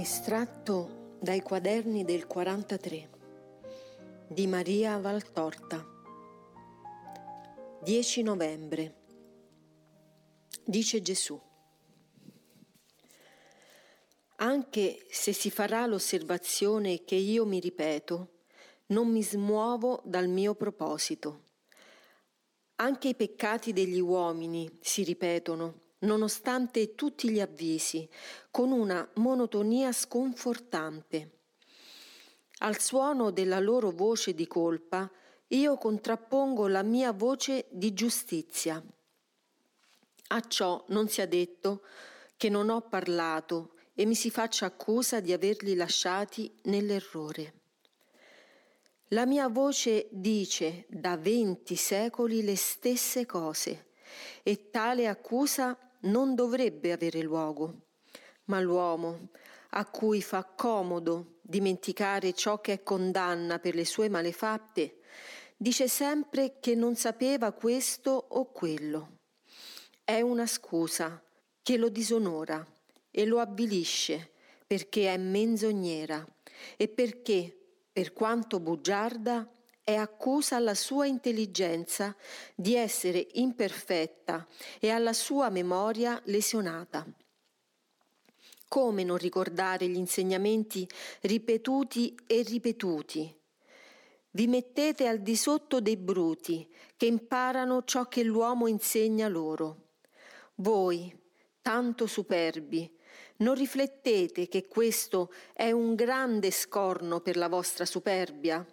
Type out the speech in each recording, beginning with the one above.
Estratto dai quaderni del 43 di Maria Valtorta. 10 novembre. Dice Gesù: anche se si farà l'osservazione che io mi ripeto, non mi smuovo dal mio proposito. Anche i peccati degli uomini si ripetono, nonostante tutti gli avvisi, con una monotonia sconfortante. Al suono della loro voce di colpa, io contrappongo la mia voce di giustizia. A ciò non sia detto che non ho parlato e mi si faccia accusa di averli lasciati nell'errore. La mia voce dice da 20 secoli le stesse cose e tale accusa non dovrebbe avere luogo. Ma l'uomo, a cui fa comodo dimenticare ciò che è condanna per le sue malefatte, dice sempre che non sapeva questo o quello. È una scusa che lo disonora e lo avvilisce perché è menzognera e perché, per quanto bugiarda, è accusa alla sua intelligenza di essere imperfetta e alla sua memoria lesionata. Come non ricordare gli insegnamenti ripetuti e ripetuti? Vi mettete al di sotto dei bruti che imparano ciò che l'uomo insegna loro. Voi, tanto superbi, non riflettete che questo è un grande scorno per la vostra superbia?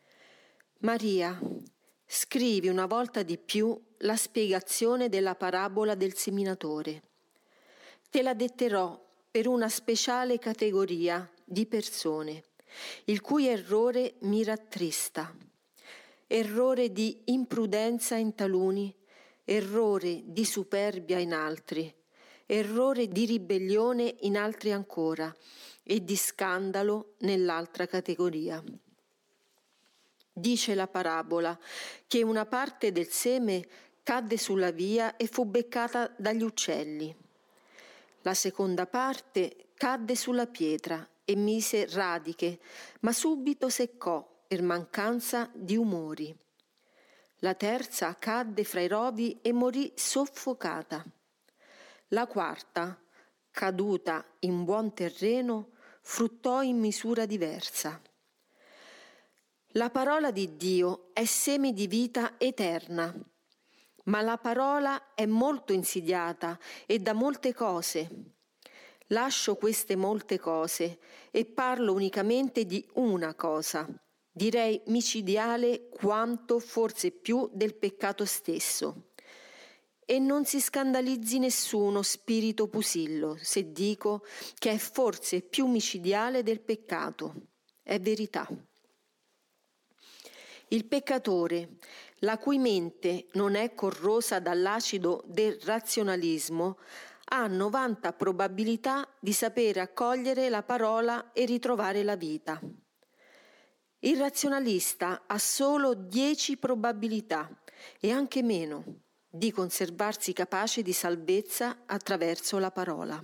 Maria, scrivi una volta di più la spiegazione della parabola del seminatore. Te la detterò per una speciale categoria di persone, il cui errore mi rattrista. Errore di imprudenza in taluni, errore di superbia in altri, errore di ribellione in altri ancora e di scandalo nell'altra categoria. Dice la parabola che una parte del seme cadde sulla via e fu beccata dagli uccelli. La seconda parte cadde sulla pietra e mise radiche, ma subito seccò per mancanza di umori. La terza cadde fra i rovi e morì soffocata. La quarta, caduta in buon terreno, fruttò in misura diversa. La parola di Dio è seme di vita eterna, ma la parola è molto insidiata e da molte cose. Lascio queste molte cose e parlo unicamente di una cosa, direi micidiale quanto forse più del peccato stesso. E non si scandalizzi nessuno spirito pusillo se dico che è forse più micidiale del peccato. È verità. Il peccatore, la cui mente non è corrosa dall'acido del razionalismo, ha 90 probabilità di sapere accogliere la parola e ritrovare la vita. Il razionalista ha solo 10 probabilità, e anche meno, di conservarsi capace di salvezza attraverso la parola.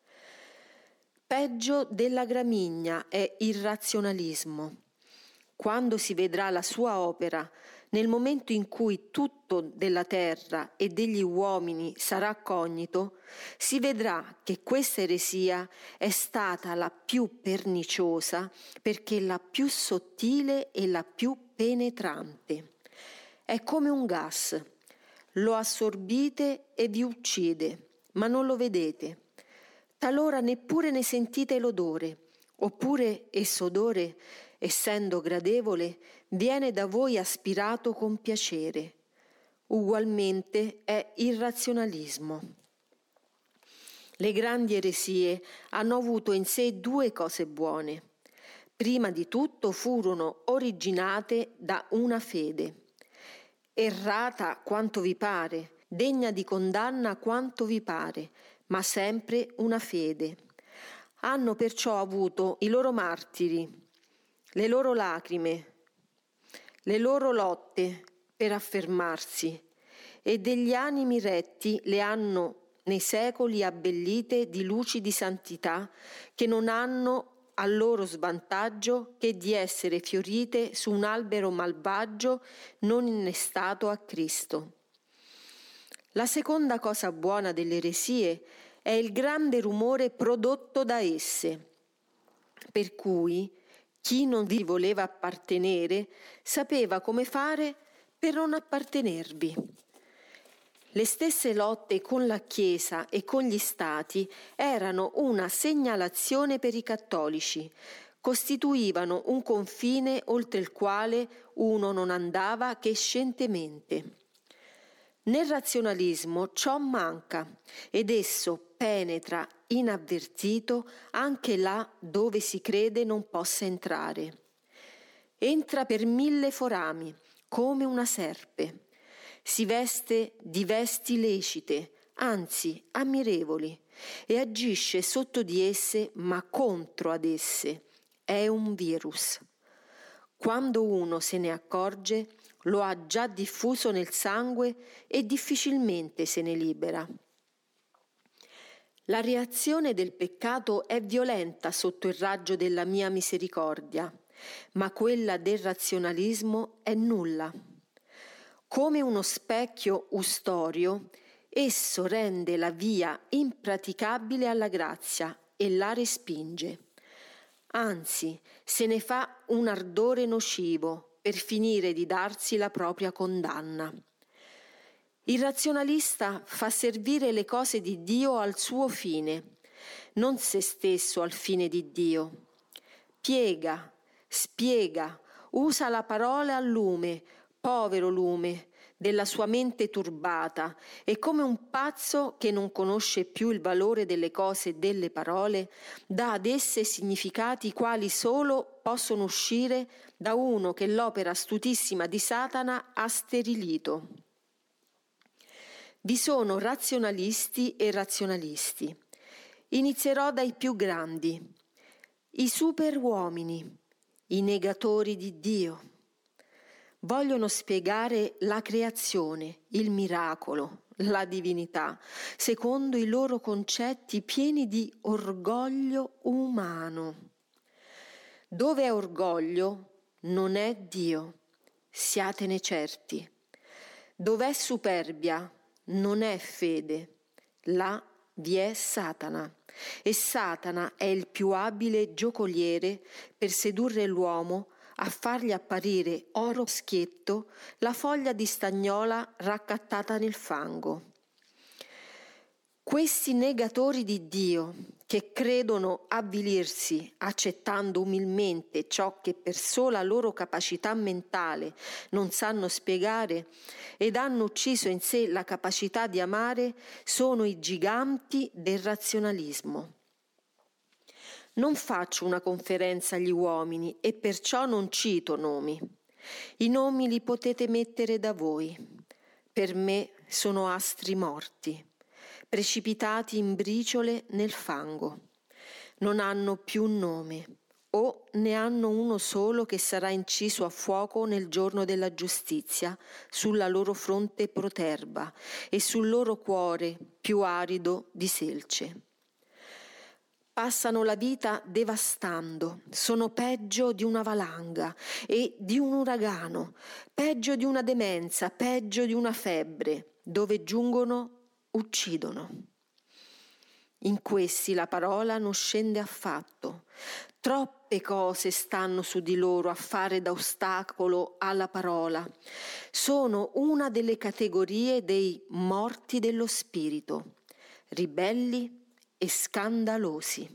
Peggio della gramigna è il razionalismo. Quando si vedrà la sua opera, nel momento in cui tutto della terra e degli uomini sarà cognito, si vedrà che questa eresia è stata la più perniciosa perché la più sottile e la più penetrante. È come un gas, lo assorbite e vi uccide, ma non lo vedete. Talora neppure ne sentite l'odore, oppure esso odore, essendo gradevole, viene da voi aspirato con piacere. Ugualmente è irrazionalismo. Le grandi eresie hanno avuto in sé due cose buone. Prima di tutto furono originate da una fede, errata quanto vi pare, degna di condanna quanto vi pare, ma sempre una fede. Hanno perciò avuto i loro martiri, le loro lacrime, le loro lotte per affermarsi, e degli animi retti le hanno nei secoli abbellite di luci di santità che non hanno al loro svantaggio che di essere fiorite su un albero malvagio non innestato a Cristo. La seconda cosa buona delle eresie è il grande rumore prodotto da esse, per cui chi non vi voleva appartenere sapeva come fare per non appartenervi. Le stesse lotte con la Chiesa e con gli Stati erano una segnalazione per i cattolici, costituivano un confine oltre il quale uno non andava che scientemente. Nel razionalismo ciò manca ed esso penetra inavvertito anche là dove si crede non possa entrare. Entra per 1000 forami, come una serpe. Si veste di vesti lecite, anzi ammirevoli, e agisce sotto di esse ma contro ad esse. È un virus. Quando uno se ne accorge, lo ha già diffuso nel sangue e difficilmente se ne libera. La reazione del peccato è violenta sotto il raggio della mia misericordia, ma quella del razionalismo è nulla. Come uno specchio ustorio, esso rende la via impraticabile alla grazia e la respinge. Anzi, se ne fa un ardore nocivo per finire di darsi la propria condanna. Il razionalista fa servire le cose di Dio al suo fine, non se stesso al fine di Dio. Piega, spiega, usa la parola al lume, povero lume, della sua mente turbata, e come un pazzo che non conosce più il valore delle cose e delle parole, dà ad esse significati quali solo possono uscire da uno che l'opera astutissima di Satana ha sterilito. Vi sono razionalisti e razionalisti. Inizierò dai più grandi, i superuomini, i negatori di Dio. Vogliono spiegare la creazione, il miracolo, la divinità, secondo i loro concetti pieni di orgoglio umano. Dove è orgoglio, non è Dio, siatene certi. Dov'è superbia, non è fede, là vi è Satana, e Satana è il più abile giocoliere per sedurre l'uomo a fargli apparire oro schietto la foglia di stagnola raccattata nel fango. Questi negatori di Dio, che credono avvilirsi accettando umilmente ciò che per sola loro capacità mentale non sanno spiegare ed hanno ucciso in sé la capacità di amare, sono i giganti del razionalismo. Non faccio una conferenza agli uomini e perciò non cito nomi. I nomi li potete mettere da voi. Per me sono astri morti, precipitati in briciole nel fango. Non hanno più nome, o ne hanno uno solo che sarà inciso a fuoco nel giorno della giustizia, sulla loro fronte proterba e sul loro cuore più arido di selce. Passano la vita devastando, sono peggio di una valanga e di un uragano, peggio di una demenza, peggio di una febbre, dove giungono, uccidono. In questi la parola non scende affatto. Troppe cose stanno su di loro a fare da ostacolo alla parola. Sono una delle categorie dei morti dello spirito, ribelli e scandalosi.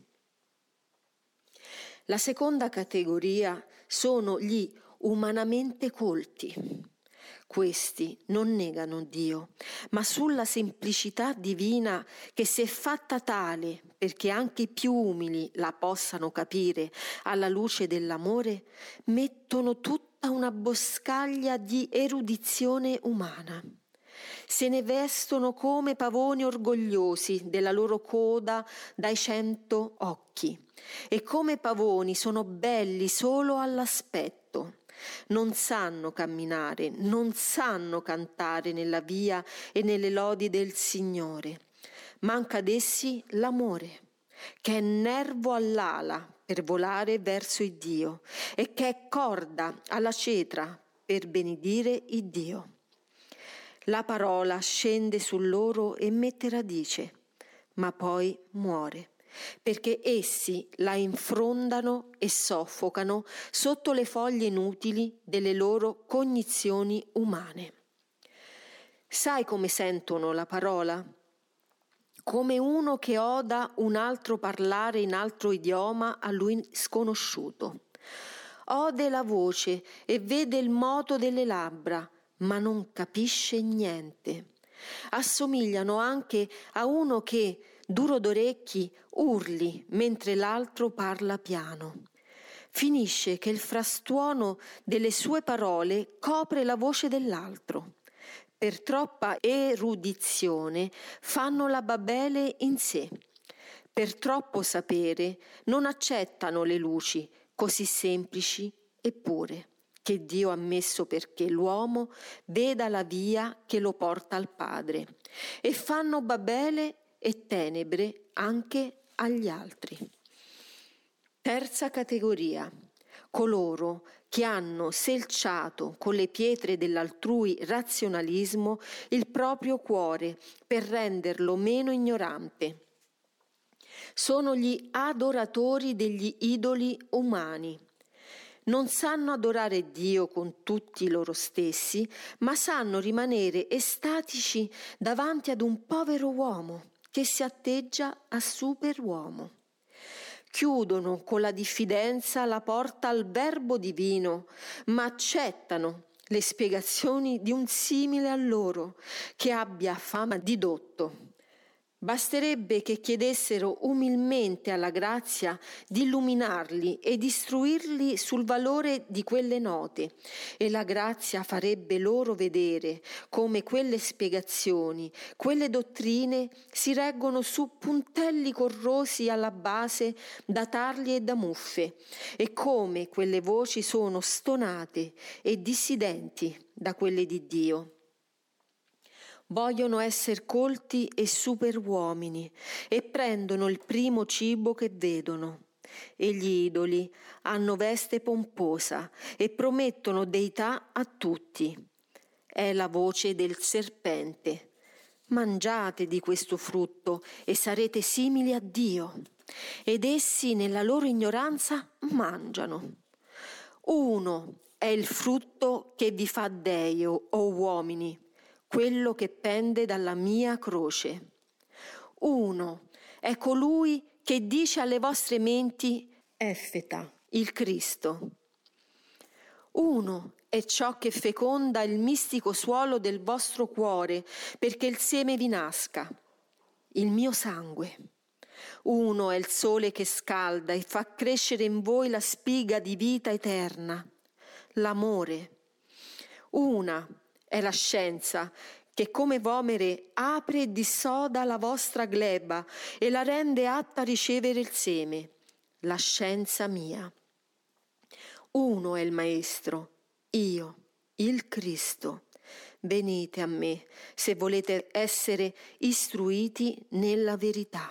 La seconda categoria sono gli umanamente colti. Questi non negano Dio, ma sulla semplicità divina che si è fatta tale perché anche i più umili la possano capire alla luce dell'amore, mettono tutta una boscaglia di erudizione umana. Se ne vestono come pavoni orgogliosi della loro coda dai 100 occhi, e come pavoni sono belli solo all'aspetto. Non sanno camminare, non sanno cantare nella via e nelle lodi del Signore, manca ad essi l'amore, che è nervo all'ala per volare verso il Dio e che è corda alla cetra per benedire il Dio. La parola scende su loro e mette radice, ma poi muore, perché essi la infrondano e soffocano sotto le foglie inutili delle loro cognizioni umane. Sai come sentono la parola? Come uno che oda un altro parlare in altro idioma a lui sconosciuto. Ode la voce e vede il moto delle labbra, ma non capisce niente. Assomigliano anche a uno che, duro d'orecchi, urli mentre l'altro parla piano. Finisce che il frastuono delle sue parole copre la voce dell'altro. Per troppa erudizione fanno la Babele in sé. Per troppo sapere non accettano le luci così semplici e pure che Dio ha messo perché l'uomo veda la via che lo porta al Padre, e fanno Babele e tenebre anche agli altri. Terza categoria: coloro che hanno selciato con le pietre dell'altrui razionalismo il proprio cuore per renderlo meno ignorante. Sono gli adoratori degli idoli umani. Non sanno adorare Dio con tutti loro stessi, ma sanno rimanere estatici davanti ad un povero uomo che si atteggia a superuomo. Chiudono con la diffidenza la porta al verbo divino, ma accettano le spiegazioni di un simile a loro, che abbia fama di dotto. Basterebbe che chiedessero umilmente alla grazia di illuminarli e di istruirli sul valore di quelle note, e la grazia farebbe loro vedere come quelle spiegazioni, quelle dottrine si reggono su puntelli corrosi alla base da tarli e da muffe, e come quelle voci sono stonate e dissidenti da quelle di Dio. Vogliono essere colti e superuomini e prendono il primo cibo che vedono. E gli idoli hanno veste pomposa e promettono deità a tutti. È la voce del serpente. Mangiate di questo frutto e sarete simili a Dio. Ed essi nella loro ignoranza mangiano. Uno è il frutto che vi fa dei, o uomini, quello che pende dalla mia croce. Uno è colui che dice alle vostre menti Effeta, il Cristo. Uno è ciò che feconda il mistico suolo del vostro cuore perché il seme vi nasca, il mio sangue. Uno è il sole che scalda e fa crescere in voi la spiga di vita eterna, l'amore. Una è la scienza che come vomere apre e dissoda la vostra gleba e la rende atta a ricevere il seme, la scienza mia. Uno è il Maestro, io, il Cristo. Venite a me se volete essere istruiti nella verità.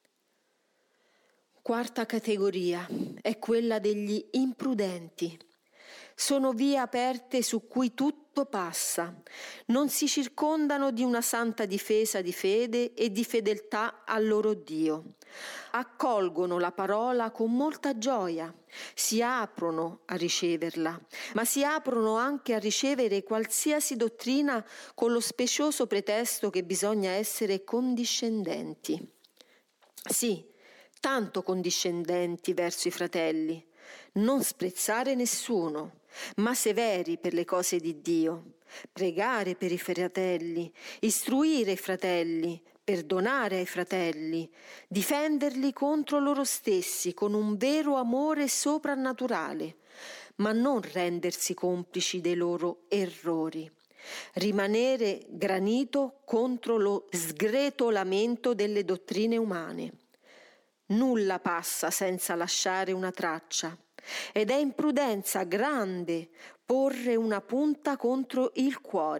Quarta categoria è quella degli imprudenti. Sono vie aperte su cui tutto passa. Non si circondano di una santa difesa di fede e di fedeltà al loro Dio. Accolgono la parola con molta gioia, si aprono a riceverla, ma si aprono anche a ricevere qualsiasi dottrina con lo specioso pretesto che bisogna essere condiscendenti. Sì, tanto condiscendenti verso i fratelli, non sprezzare nessuno, ma severi per le cose di Dio, pregare per i fratelli, istruire i fratelli, perdonare ai fratelli, difenderli contro loro stessi con un vero amore soprannaturale, ma non rendersi complici dei loro errori. Rimanere granito contro lo sgretolamento delle dottrine umane. Nulla passa senza lasciare una traccia, ed è imprudenza grande porre una punta contro il cuore,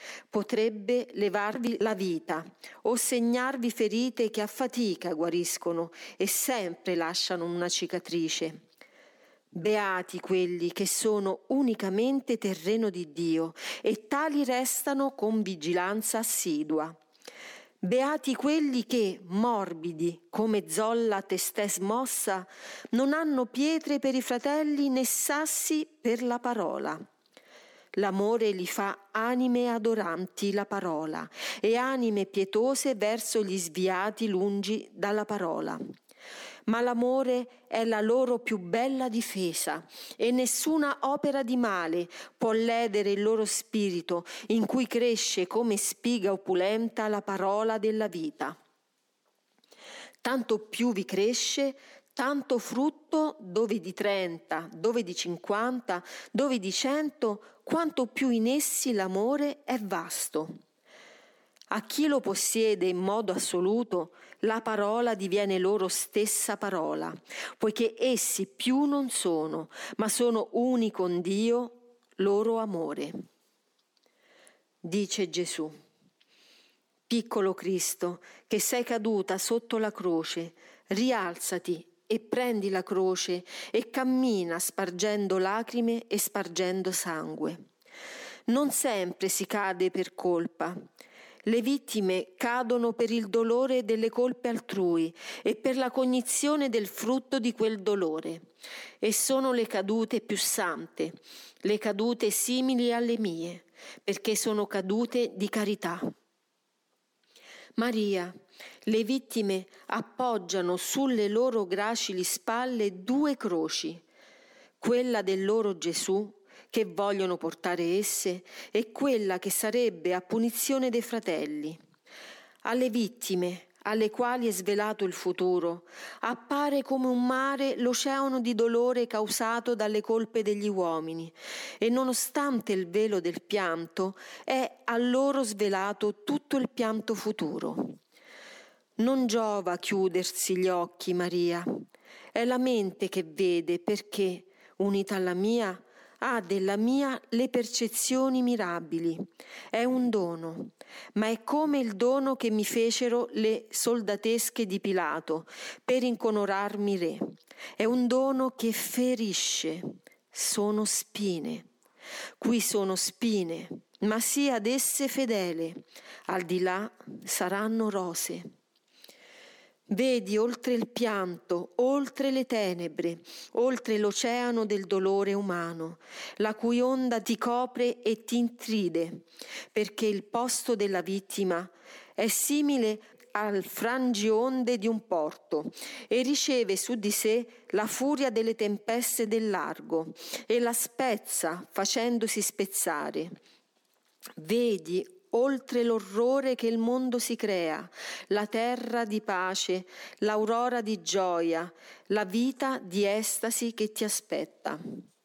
Potrebbe levarvi la vita o segnarvi ferite che a fatica guariscono e sempre lasciano una cicatrice. Beati quelli che sono unicamente terreno di Dio e tali restano con vigilanza assidua. Beati quelli che, morbidi come zolla testè smossa, non hanno pietre per i fratelli né sassi per la parola. L'amore li fa anime adoranti la parola e anime pietose verso gli sviati lungi dalla parola. Ma l'amore è la loro più bella difesa e nessuna opera di male può ledere il loro spirito in cui cresce come spiga opulenta la parola della vita. Tanto più vi cresce, tanto frutto, dove di 30, dove di 50, dove di 100, quanto più in essi l'amore è vasto. A chi lo possiede in modo assoluto, la parola diviene loro stessa parola, poiché essi più non sono, ma sono uni con Dio, loro amore. Dice Gesù: piccolo Cristo, che sei caduta sotto la croce, rialzati e prendi la croce e cammina spargendo lacrime e spargendo sangue. Non sempre si cade per colpa. Le vittime cadono per il dolore delle colpe altrui e per la cognizione del frutto di quel dolore. E sono le cadute più sante, le cadute simili alle mie, perché sono cadute di carità. Maria, le vittime appoggiano sulle loro gracili spalle 2 croci, quella del loro Gesù, che vogliono portare esse, e quella che sarebbe a punizione dei fratelli. Alle vittime, alle quali è svelato il futuro, appare come un mare l'oceano di dolore causato dalle colpe degli uomini, e nonostante il velo del pianto, è a loro svelato tutto il pianto futuro. Non giova chiudersi gli occhi, Maria. È la mente che vede, perché, unita alla mia, ha della mia le percezioni mirabili. È un dono, ma è come il dono che mi fecero le soldatesche di Pilato per incoronarmi re. È un dono che ferisce. Sono spine. Qui sono spine, ma sia ad esse fedele. Al di là saranno rose. Vedi oltre il pianto, oltre le tenebre, oltre l'oceano del dolore umano, la cui onda ti copre e ti intride, perché il posto della vittima è simile al frangionde di un porto e riceve su di sé la furia delle tempeste del largo e la spezza facendosi spezzare. Vedi oltre l'orrore che il mondo si crea, la terra di pace, l'aurora di gioia, la vita di estasi che ti aspetta.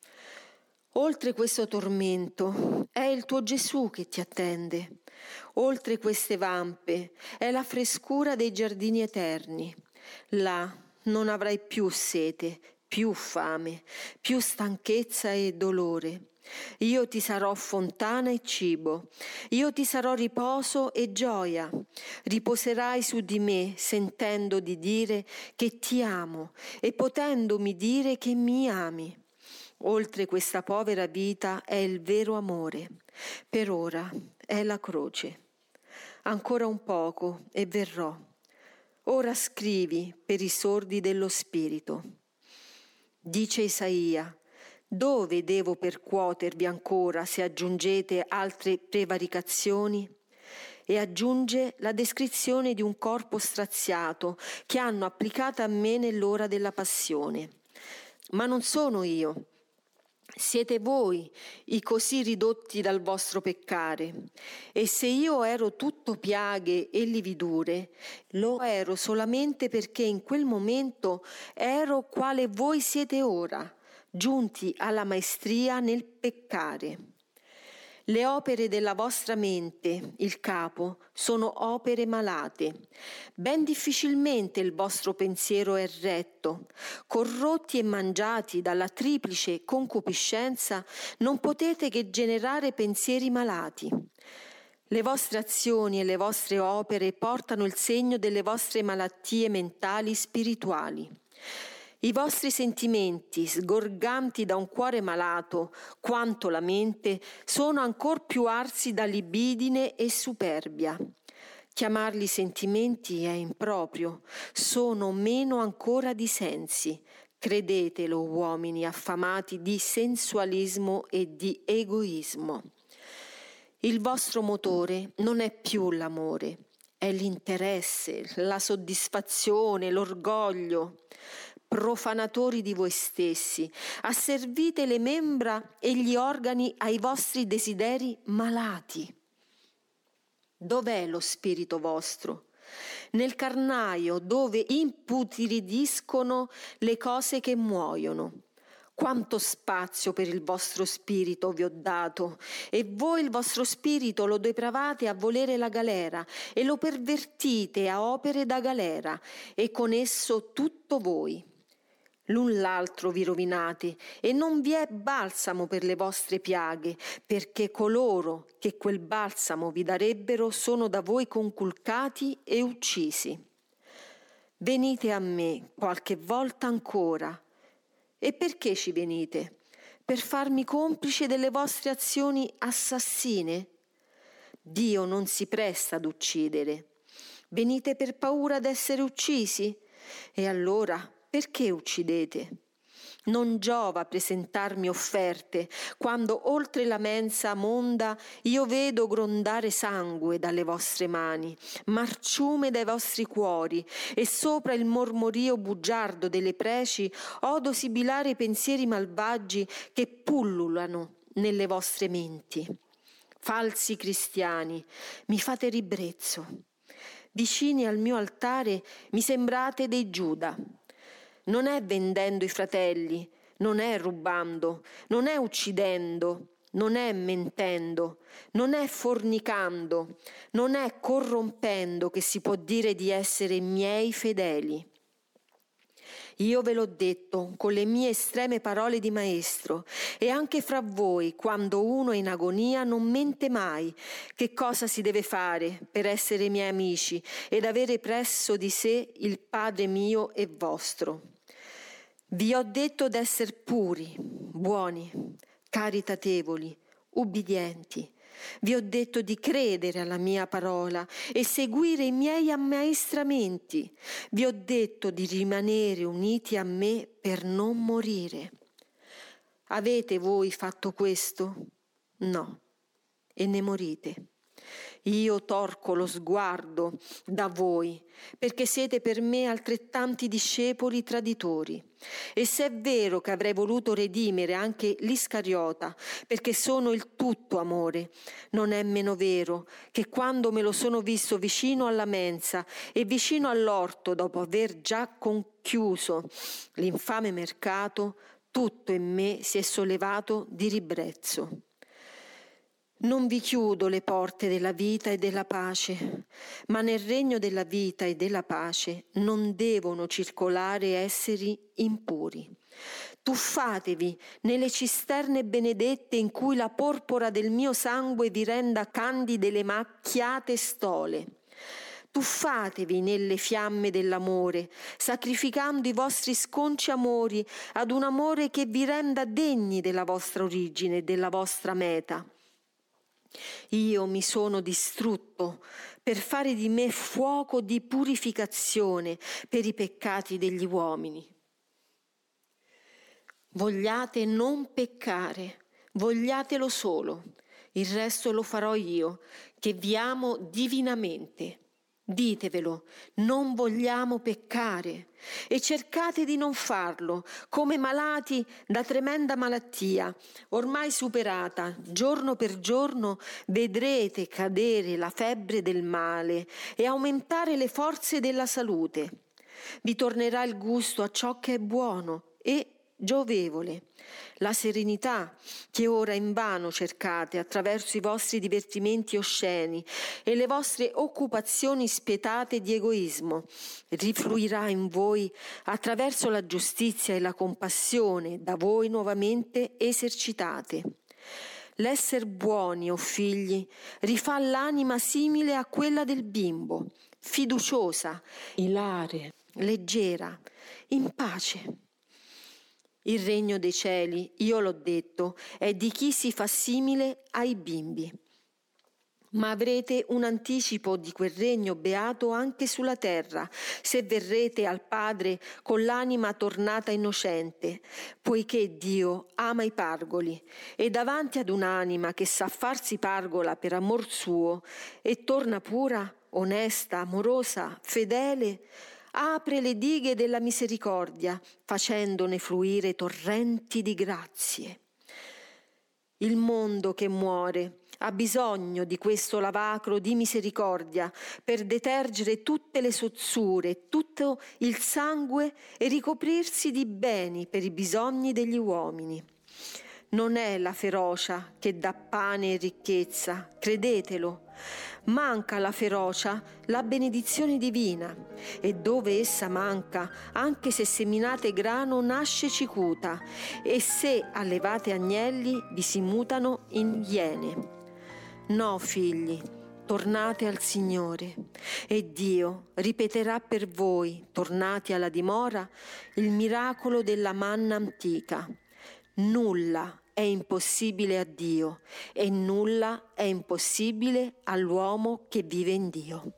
Oltre questo tormento è il tuo Gesù che ti attende. Oltre queste vampe è la frescura dei giardini eterni. Là non avrai più sete, più fame, più stanchezza e dolore. Io ti sarò fontana e cibo, io ti sarò riposo e gioia. Riposerai su di me sentendo di dire che ti amo e potendomi dire che mi ami. Oltre questa povera vita è il vero amore, per ora è la croce. Ancora un poco e verrò. Ora scrivi per i sordi dello spirito. Dice Isaia: dove devo percuotervi ancora se aggiungete altre prevaricazioni? E aggiunge la descrizione di un corpo straziato che hanno applicato a me nell'ora della passione. Ma non sono io. Siete voi i così ridotti dal vostro peccare. E se io ero tutto piaghe e lividure, lo ero solamente perché in quel momento ero quale voi siete ora, giunti alla maestria nel peccare. Le opere della vostra mente, il capo, sono opere malate. Ben difficilmente il vostro pensiero è retto. Corrotti e mangiati dalla triplice concupiscenza, non potete che generare pensieri malati. Le vostre azioni e le vostre opere portano il segno delle vostre malattie mentali spirituali. I vostri sentimenti, sgorganti da un cuore malato, quanto la mente, sono ancor più arsi da libidine e superbia. Chiamarli sentimenti è improprio, sono meno ancora di sensi. Credetelo, uomini affamati di sensualismo e di egoismo. Il vostro motore non è più l'amore, è l'interesse, la soddisfazione, l'orgoglio. Profanatori di voi stessi, asservite le membra e gli organi ai vostri desideri malati. Dov'è lo spirito vostro? Nel carnaio dove imputiridiscono le cose che muoiono. Quanto spazio per il vostro spirito vi ho dato, e voi il vostro spirito lo depravate a volere la galera e lo pervertite a opere da galera, e con esso tutto voi. L'un l'altro vi rovinate, e non vi è balsamo per le vostre piaghe, perché coloro che quel balsamo vi darebbero sono da voi conculcati e uccisi. Venite a me qualche volta ancora. E perché ci venite? Per farmi complice delle vostre azioni assassine? Dio non si presta ad uccidere. Venite per paura d'essere uccisi? E allora perché uccidete? Non giova presentarmi offerte, quando oltre la mensa monda io vedo grondare sangue dalle vostre mani, marciume dai vostri cuori, e sopra il mormorio bugiardo delle preci odo sibilare i pensieri malvagi che pullulano nelle vostre menti. Falsi cristiani, mi fate ribrezzo. Vicini al mio altare mi sembrate dei Giuda. Non è vendendo i fratelli, non è rubando, non è uccidendo, non è mentendo, non è fornicando, non è corrompendo che si può dire di essere miei fedeli. Io ve l'ho detto con le mie estreme parole di maestro, e anche fra voi, quando uno è in agonia, non mente mai che cosa si deve fare per essere miei amici ed avere presso di sé il Padre mio e vostro. Vi ho detto d'esser puri, buoni, caritatevoli, ubbidienti. Vi ho detto di credere alla mia parola e seguire i miei ammaestramenti. Vi ho detto di rimanere uniti a me per non morire. Avete voi fatto questo? No, e ne morite. Io torco lo sguardo da voi, perché siete per me altrettanti discepoli traditori. E se è vero che avrei voluto redimere anche l'Iscariota, perché sono il tutto amore, non è meno vero che quando me lo sono visto vicino alla mensa e vicino all'orto, dopo aver già conchiuso l'infame mercato, tutto in me si è sollevato di ribrezzo. Non vi chiudo le porte della vita e della pace, ma nel regno della vita e della pace non devono circolare esseri impuri. Tuffatevi nelle cisterne benedette in cui la porpora del mio sangue vi renda candide le macchiate stole. Tuffatevi nelle fiamme dell'amore, sacrificando i vostri sconci amori ad un amore che vi renda degni della vostra origine e della vostra meta. Io mi sono distrutto per fare di me fuoco di purificazione per i peccati degli uomini. Vogliate non peccare, vogliatelo solo, il resto lo farò io, che vi amo divinamente. Ditevelo, non vogliamo peccare, e cercate di non farlo, come malati da tremenda malattia, ormai superata, giorno per giorno vedrete cadere la febbre del male e aumentare le forze della salute. Vi tornerà il gusto a ciò che è buono e giovevole, la serenità che ora invano cercate attraverso i vostri divertimenti osceni e le vostre occupazioni spietate di egoismo, rifluirà in voi attraverso la giustizia e la compassione da voi nuovamente esercitate. L'esser buoni, o figli, rifà l'anima simile a quella del bimbo, fiduciosa, ilare, leggera, in pace. Il regno dei cieli, io l'ho detto, è di chi si fa simile ai bimbi. Ma avrete un anticipo di quel regno beato anche sulla terra, se verrete al Padre con l'anima tornata innocente, poiché Dio ama i pargoli, e davanti ad un'anima che sa farsi pargola per amor suo e torna pura, onesta, amorosa, fedele, apre le dighe della misericordia, facendone fluire torrenti di grazie. Il mondo che muore ha bisogno di questo lavacro di misericordia per detergere tutte le sozzure, tutto il sangue e ricoprirsi di beni per i bisogni degli uomini. Non è la ferocia che dà pane e ricchezza, credetelo. Manca la ferocia, la benedizione divina, e dove essa manca, anche se seminate grano nasce cicuta, e se allevate agnelli vi si mutano in iene. No, figli, tornate al Signore, e Dio ripeterà per voi, tornati alla dimora, il miracolo della manna antica. Nulla è impossibile a Dio e nulla è impossibile all'uomo che vive in Dio.